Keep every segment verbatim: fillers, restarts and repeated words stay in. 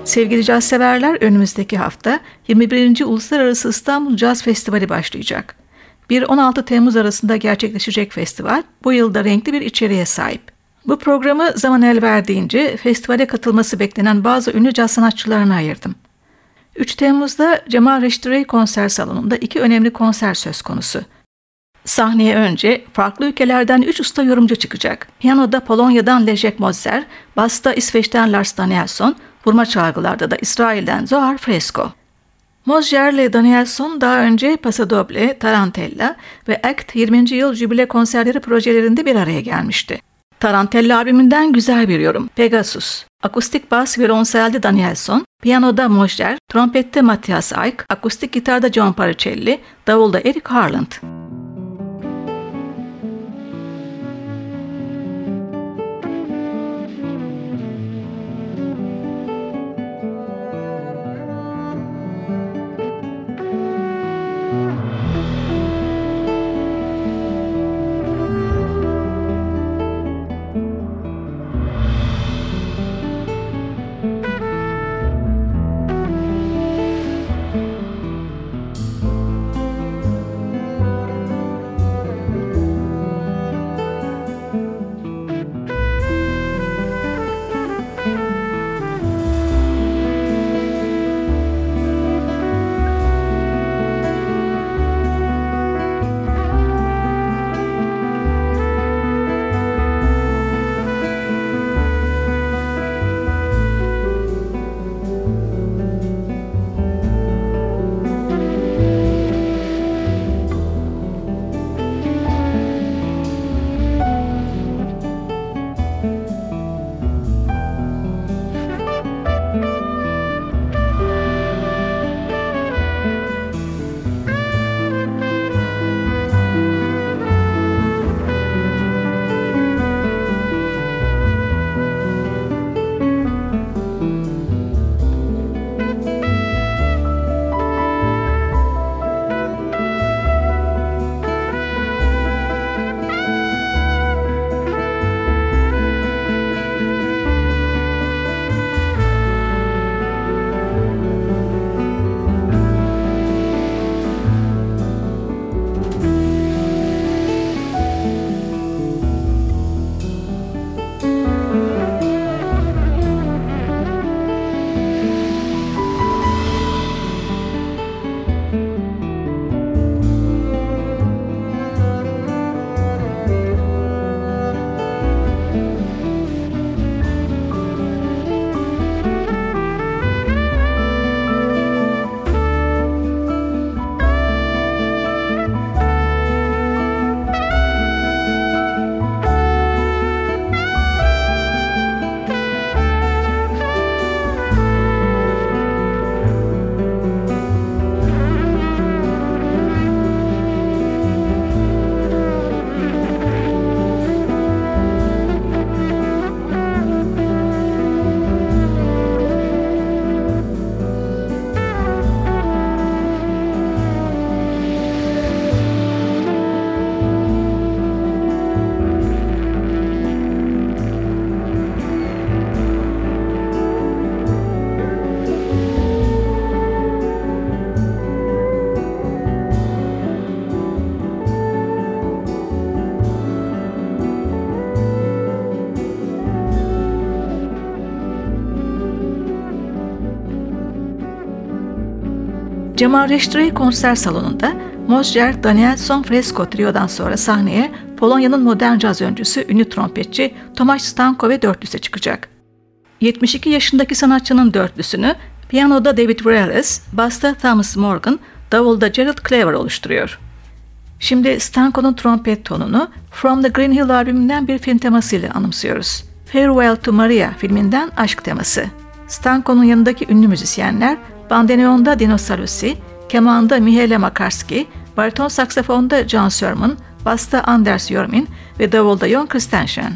Sevgili caz severler, önümüzdeki hafta yirmi birinci Uluslararası İstanbul Caz Festivali başlayacak. bir on altı Temmuz arasında gerçekleşecek festival bu yılda renkli bir içeriğe sahip. Bu programı zaman el verdiğince festivale katılması beklenen bazı ünlü caz sanatçılarına ayırdım. üç Temmuz'da Cemal Reşit Rey konser salonunda iki önemli konser söz konusu. Sahneye önce farklı ülkelerden üç usta yorumcu çıkacak. Piyanoda Polonya'dan Leszek Mosser, basta İsveç'ten Lars Danielsson, vurma çalgılarda da İsrail'den Zohar Fresko. Mosser ile Danielsson daha önce Pasodoble, Tarantella ve Act yirminci yıl jübile konserleri projelerinde bir araya gelmişti. Tarantella albümünden güzel bir yorum. Pegasus. Akustik bas violonselde Danielsson, piyanoda Mosser, trompette Matthias Eick, akustik gitarda John Paricelli, davulda Eric Harland. Cemal Reşit Rey konser salonunda Mosser, Danielsson, Fresko trio'dan sonra sahneye Polonya'nın modern caz öncüsü ünlü trompetçi Tomasz Stanko ve dörtlüsü çıkacak. yetmiş iki yaşındaki sanatçının dörtlüsünü piyanoda David Morales, basta Thomas Morgan, davulda Gerald Cleaver oluşturuyor. Şimdi Stanko'nun trompet tonunu From the Green Hill albümünden bir film temasıyla anımsıyoruz. Farewell to Maria filminden aşk teması. Stanko'nun yanındaki ünlü müzisyenler bandoneonda Dino Saluzzi, kemanda Mihaela Makarski, bariton saksafonda John Sermon, basta Anders Jormin ve davulda Jon Christensen.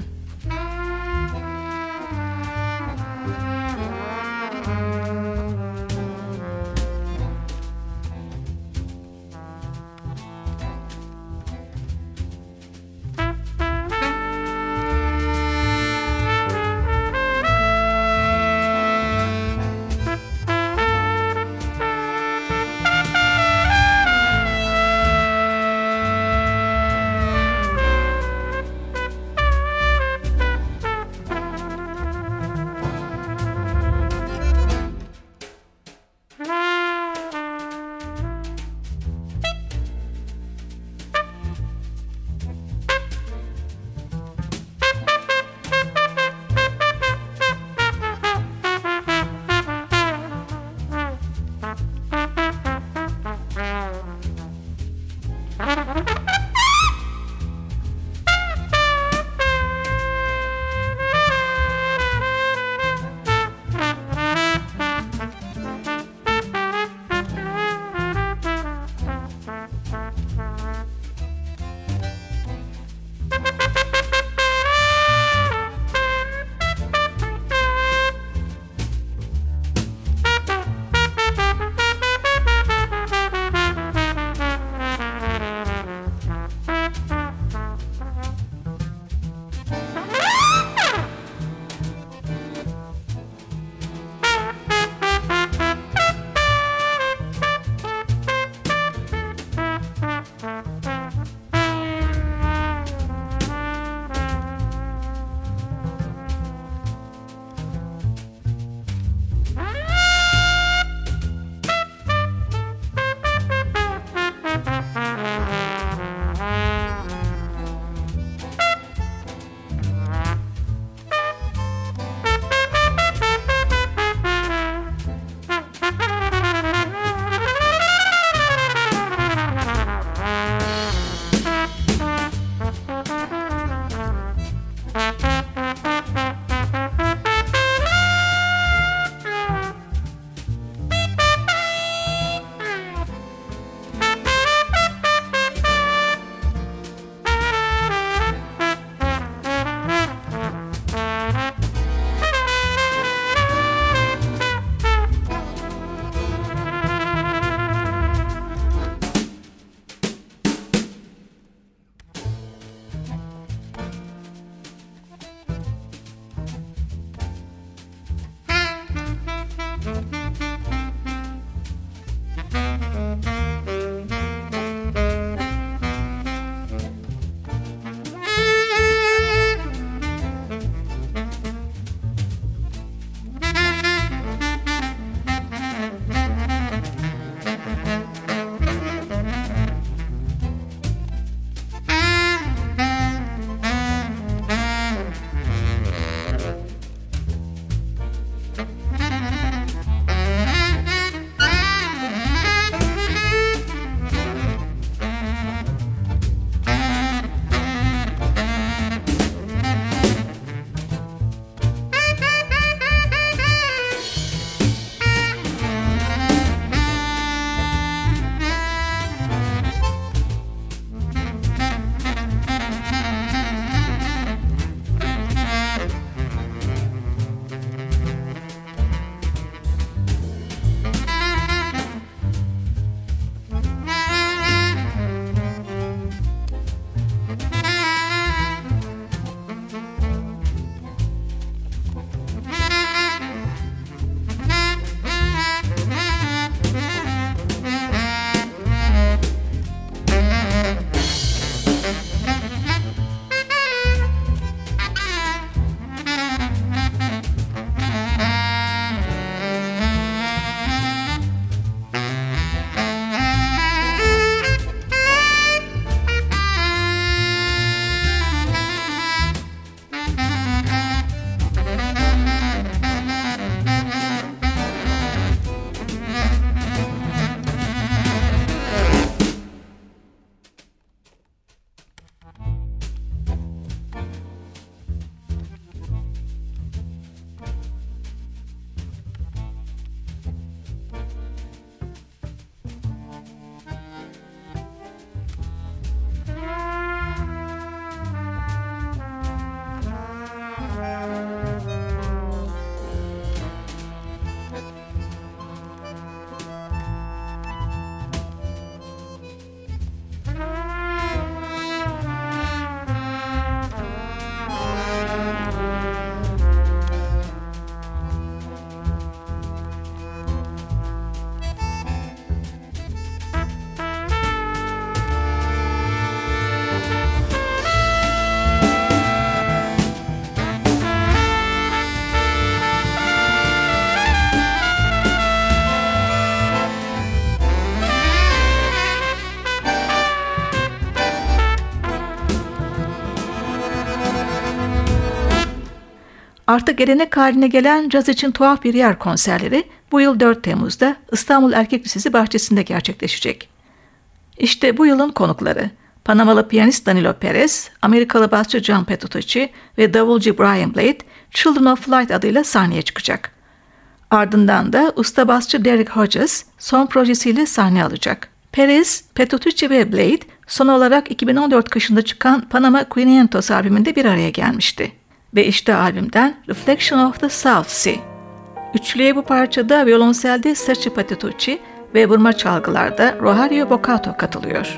Artık gelenek haline gelen Caz için Tuhaf Bir Yer konserleri bu yıl dört Temmuz'da İstanbul Erkek Lisesi bahçesinde gerçekleşecek. İşte bu yılın konukları: Panamalı piyanist Danilo Perez, Amerikalı basçı John Petrucci ve davulcu Brian Blade, Children of Light adıyla sahneye çıkacak. Ardından da usta basçı Derek Hodges son projesiyle sahne alacak. Perez, Petrucci ve Blade son olarak iki bin on dört kışında çıkan Panama Quinientos albümünde bir araya gelmişti. Ve işte albümden Reflection of the South Sea. Üçlüye bu parçada violonselde Sachi Petrucci ve vurma çalgılarda Rogerio Boccato katılıyor.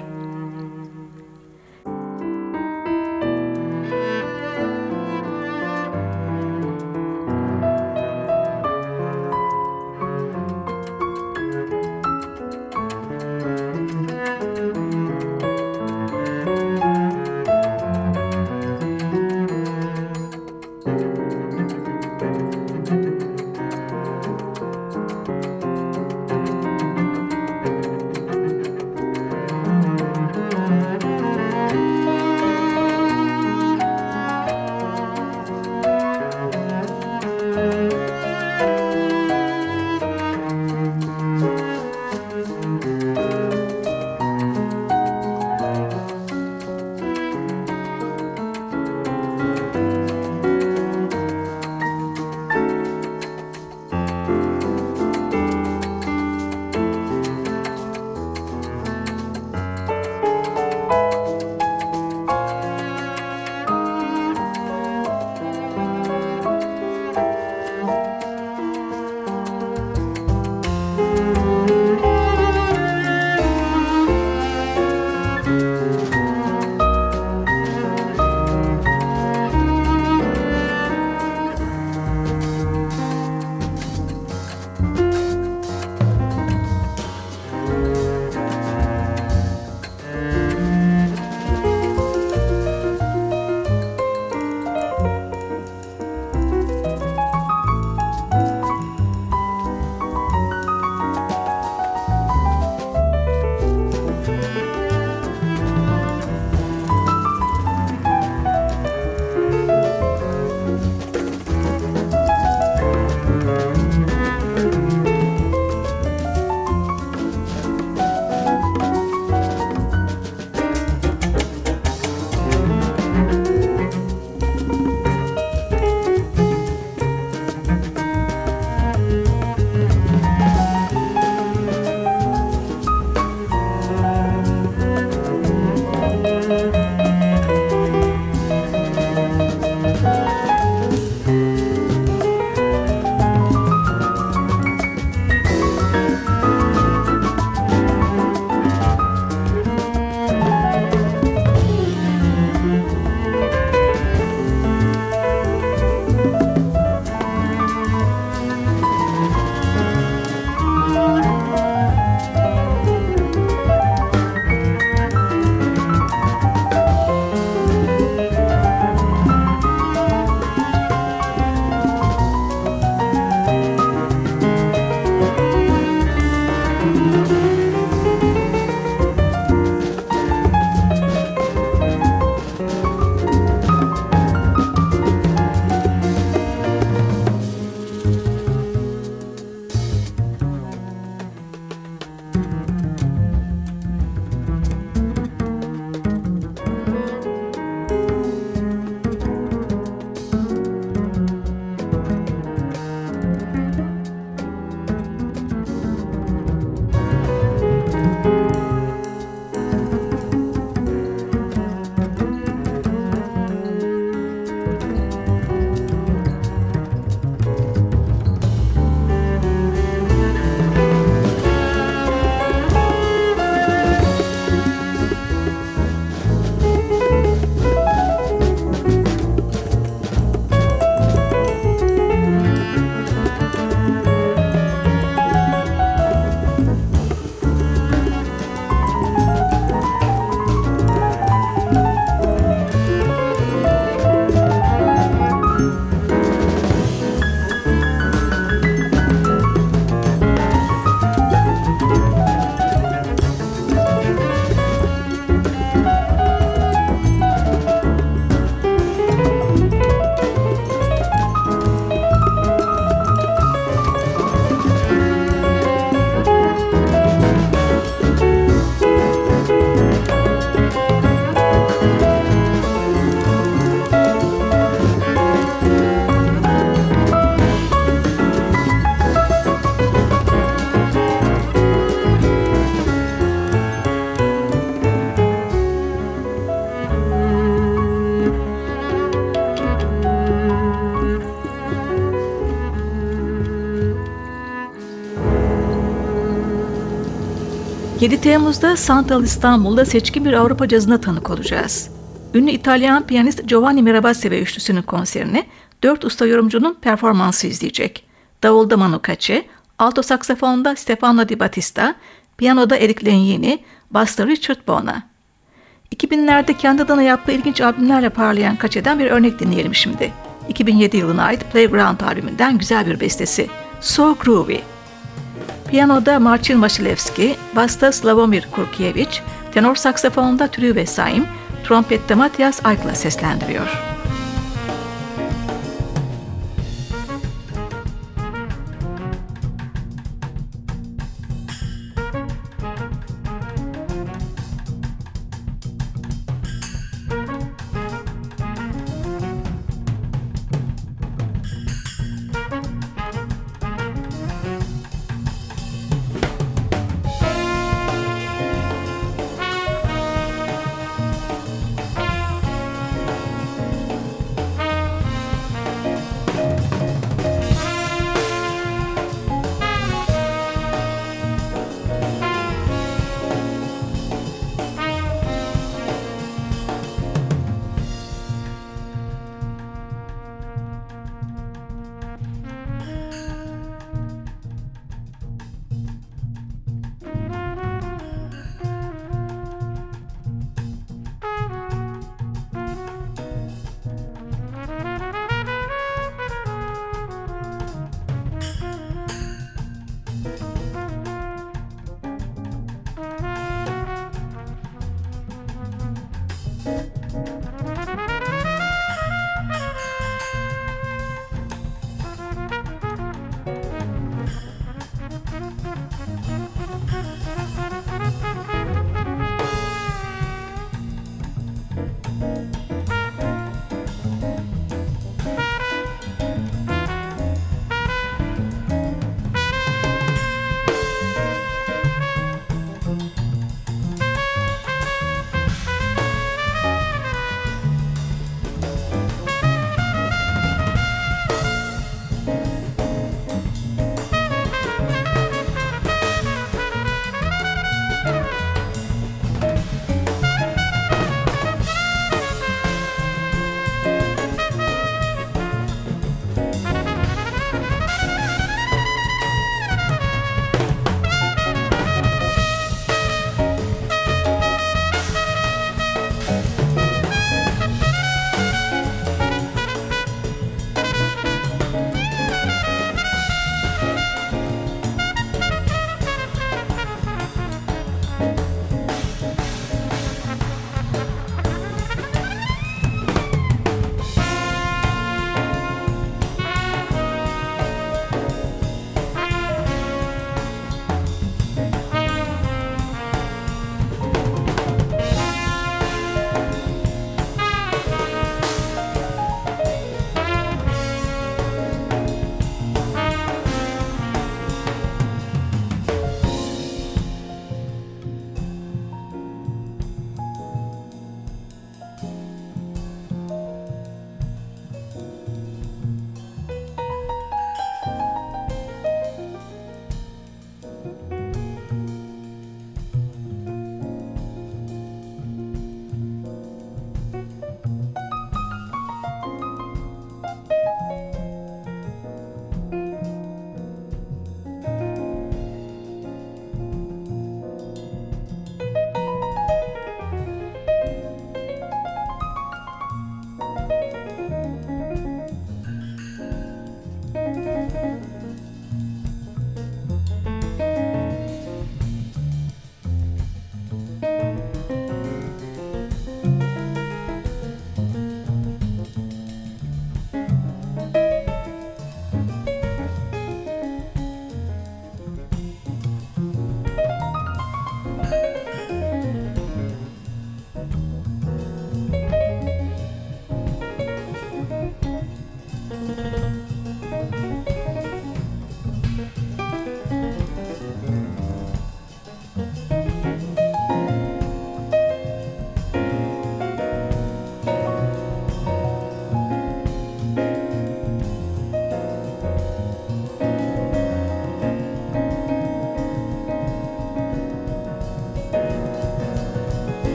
yedi Temmuz'da Santal İstanbul'da seçkin bir Avrupa cazına tanık olacağız. Ünlü İtalyan piyanist Giovanni Mirabasse ve üçlüsünün konserini dört usta yorumcunun performansı izleyecek. Davulda Manu Katché, alto saksafonda Stefano Di Battista, piyanoda Eric Legnini, basta Richard Bona. iki binlerde kendi adına yaptığı ilginç albümlerle parlayan Katché'den bir örnek dinleyelim şimdi. iki bin yedi yılına ait Playground albümünden güzel bir bestesi, So Groovy. Piyanoda Marcin Wasilewski, basta Slavomir Kurkiewicz, tenor saksafonda Trygve Saim, trompette Matthias Aikla seslendiriyor.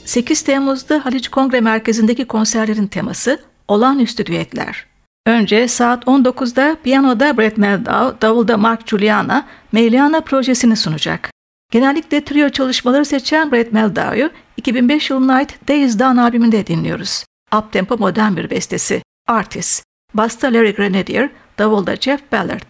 sekiz Temmuz'da Haliç Kongre Merkezi'ndeki konserlerin teması olağanüstü düetler. Önce saat on dokuzda piyanoda Brett Meldau, davulda Mark Juliana, Meliana projesini sunacak. Genellikle trio çalışmaları seçen Brett Meldau'yu iki bin beş yılına ait Days Done albümünde dinliyoruz. Uptempo modern bir bestesi, Artist. Basta Larry Grenadier, davulda Jeff Ballard.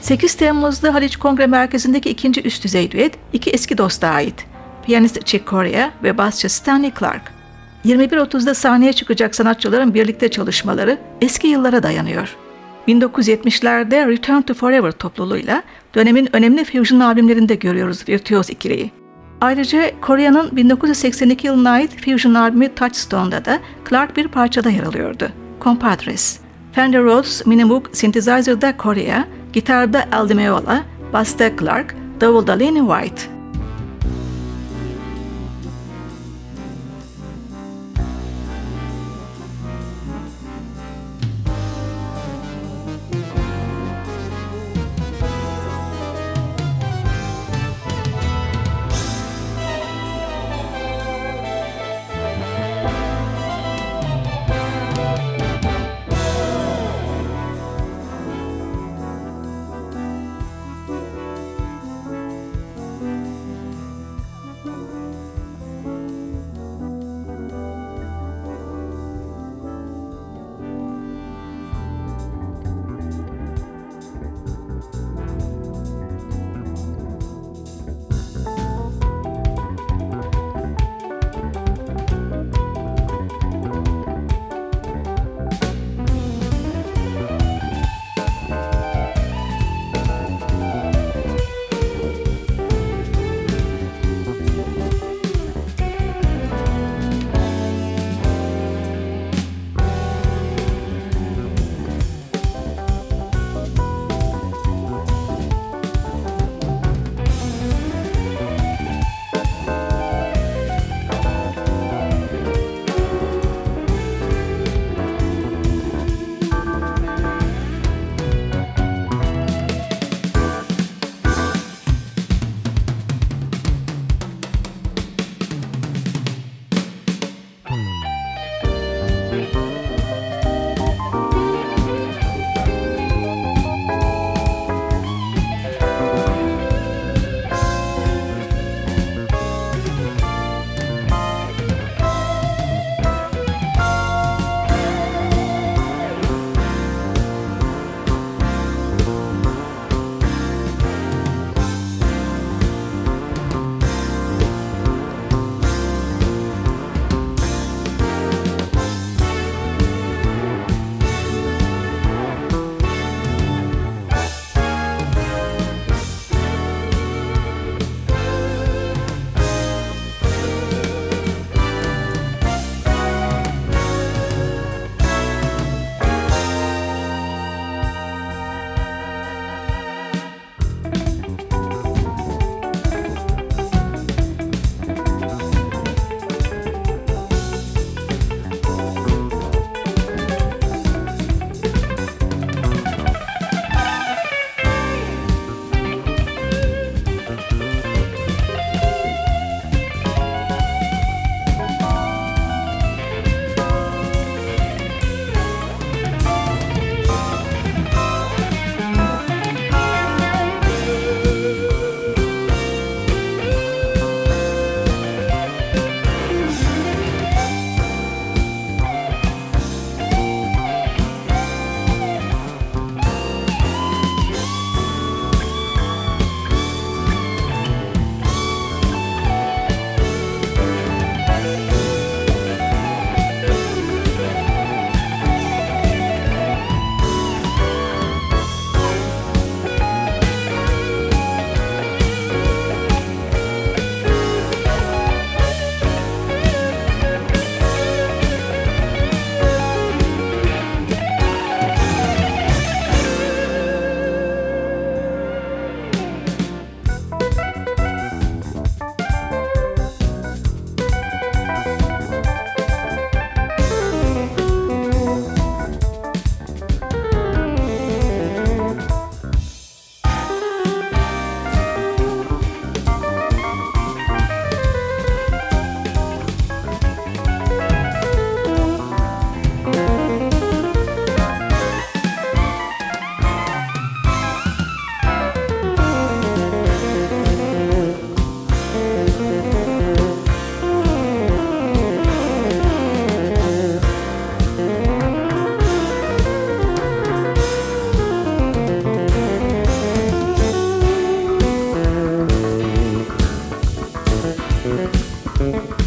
sekiz Temmuz'da Haliç Kongre Merkezi'ndeki ikinci üst düzey düet iki eski dosta ait. Piyanist Chick Corea ve basçı Stanley Clark. yirmi bir otuzda sahneye çıkacak sanatçıların birlikte çalışmaları eski yıllara dayanıyor. bin dokuz yüz yetmişlerde Return to Forever topluluğuyla dönemin önemli fusion albümlerinde görüyoruz virtüöz ikiliyi. Ayrıca Corea'nın bin dokuz yüz seksen iki yılına ait fusion albümü Touchstone'da da Clark bir parçada yer alıyordu. Compadres. Fender Rhodes Minimoog Synthesizer'da Corea, gitarda Al Di Meola, basta Clark, davulda Lenny White.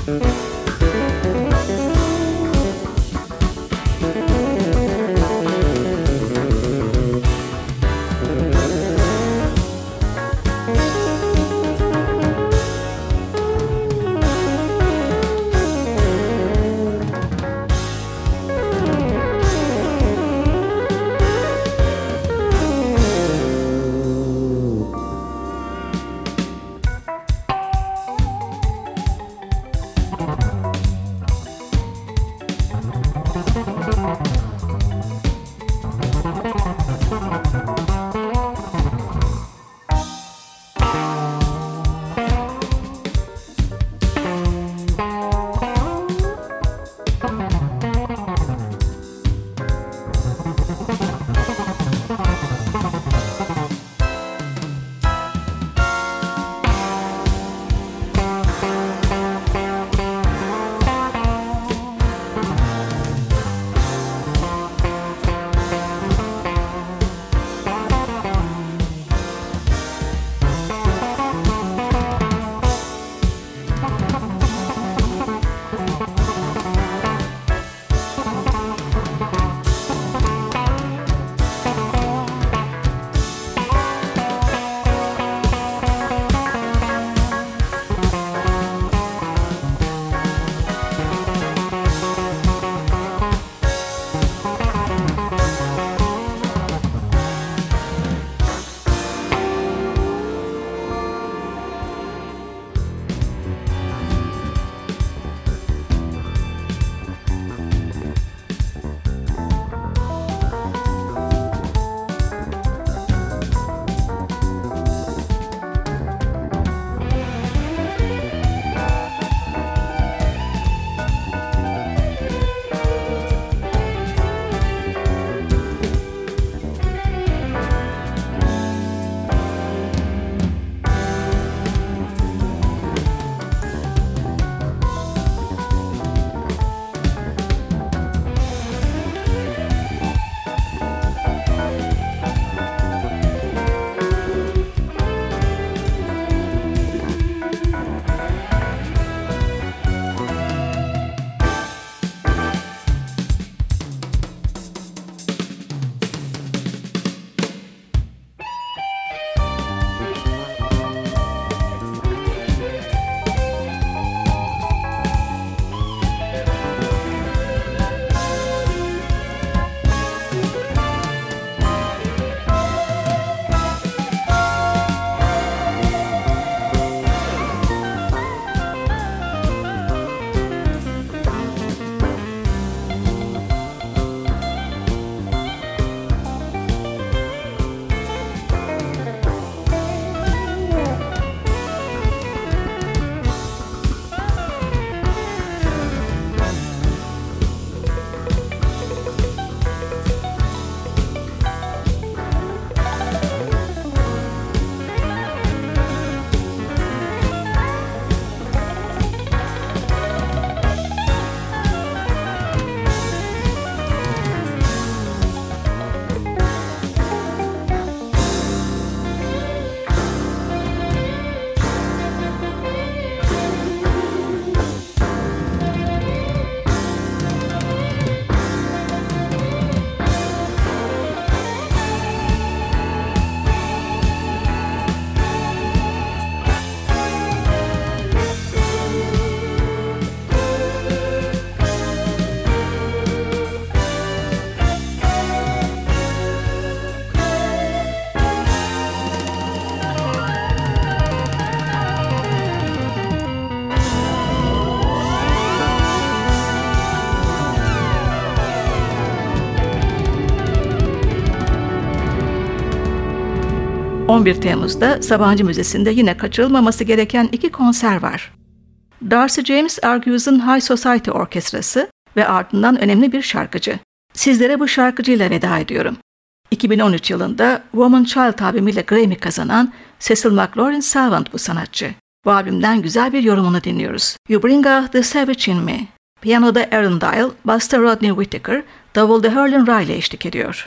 on bir Temmuz'da Sabancı Müzesi'nde yine kaçırılmaması gereken iki konser var. Darcy James Argus'un High Society Orkestrası ve ardından önemli bir şarkıcı. Sizlere bu şarkıcıyla veda ediyorum. iki bin on üç yılında Woman Child albümüyle Grammy kazanan Cecil McLaurin Salvant bu sanatçı. Bu albümden güzel bir yorumunu dinliyoruz. You Bring Out the Savage in Me. Piyanoda Aaron Dial, basta Rodney Whittaker, davulda Herlin Riley eşlik ediyor.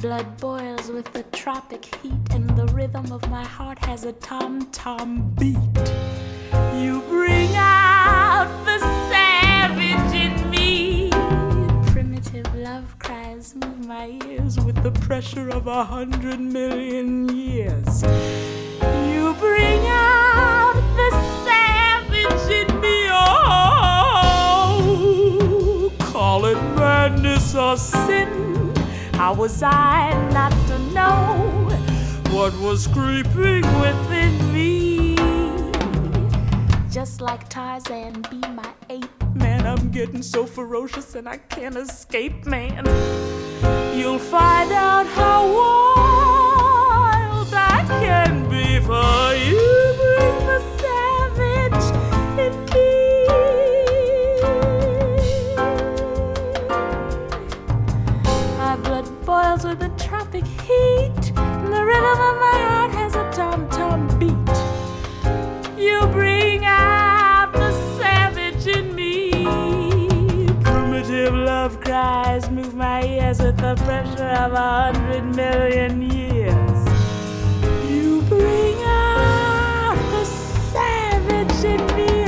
blood boils with the tropic heat, and the rhythm of my heart has a tom-tom beat. You bring out the savage in me. Primitive love cries move my ears with the pressure of a hundred million years. You bring out the savage in me. Oh, call it madness or sin. How was I not to know what was creeping within me? Just like Tarzan, be my ape. Man, I'm getting so ferocious and I can't escape, man. You'll find out how wild I can be, for you bring the savage in me. My blood boils with the tropic heat, and the rhythm of my heart has a tom-tom beat. You bring out the savage in me. Primitive love cries move my ears with the pressure of a hundred million years. You bring out the savage in me.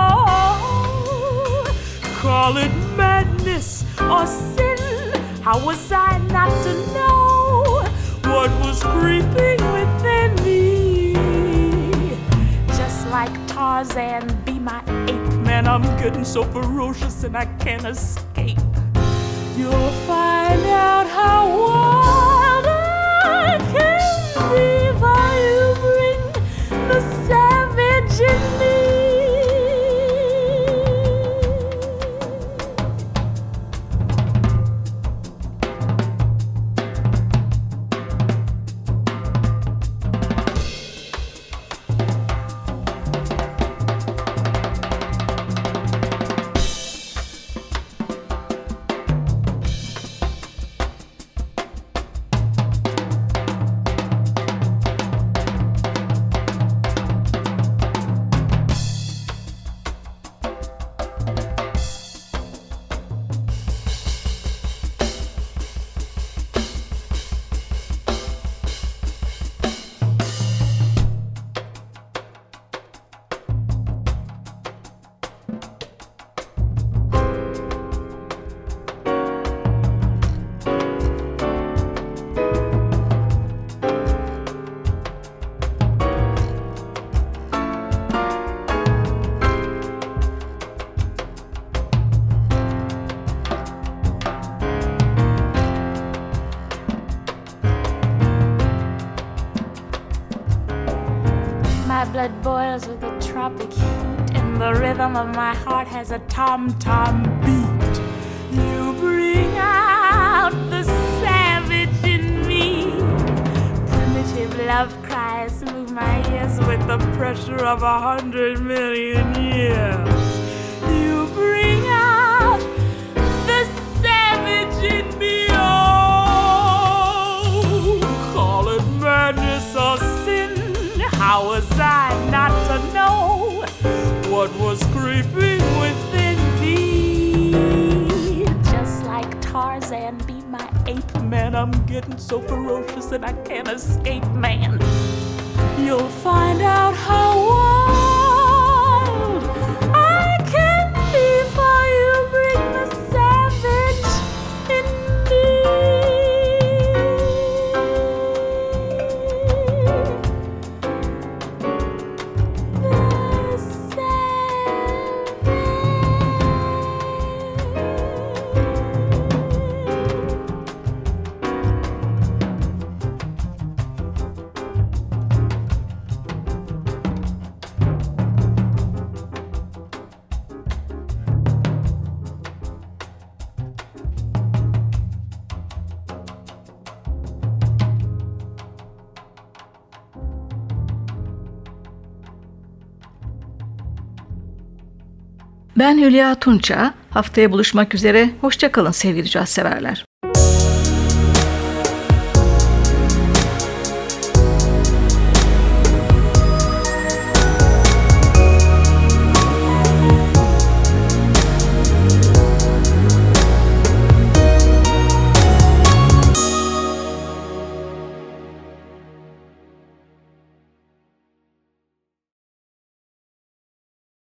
Oh, call it madness or sin. How was I not to know what was creeping within me? Just like Tarzan, be my ape. Man, I'm getting so ferocious and I can't escape. You'll find out how wild I can be, for you bring the savage in me. My blood boils with the tropic heat, and the rhythm of my heart has a tom-tom beat. You bring out the savage in me. Primitive love cries move my ears with the pressure of a hundred million years. You bring out the savage in me. Oh, call it madness or sin. How was I not to know what was creeping within me? Just like Tarzan, be my ape. Man, I'm getting so ferocious and I can't escape, man. You'll find out how wild I can be, for you bring the savage in me. Ben Hülya Tunça. Haftaya buluşmak üzere. Hoşça kalın sevgili caz severler.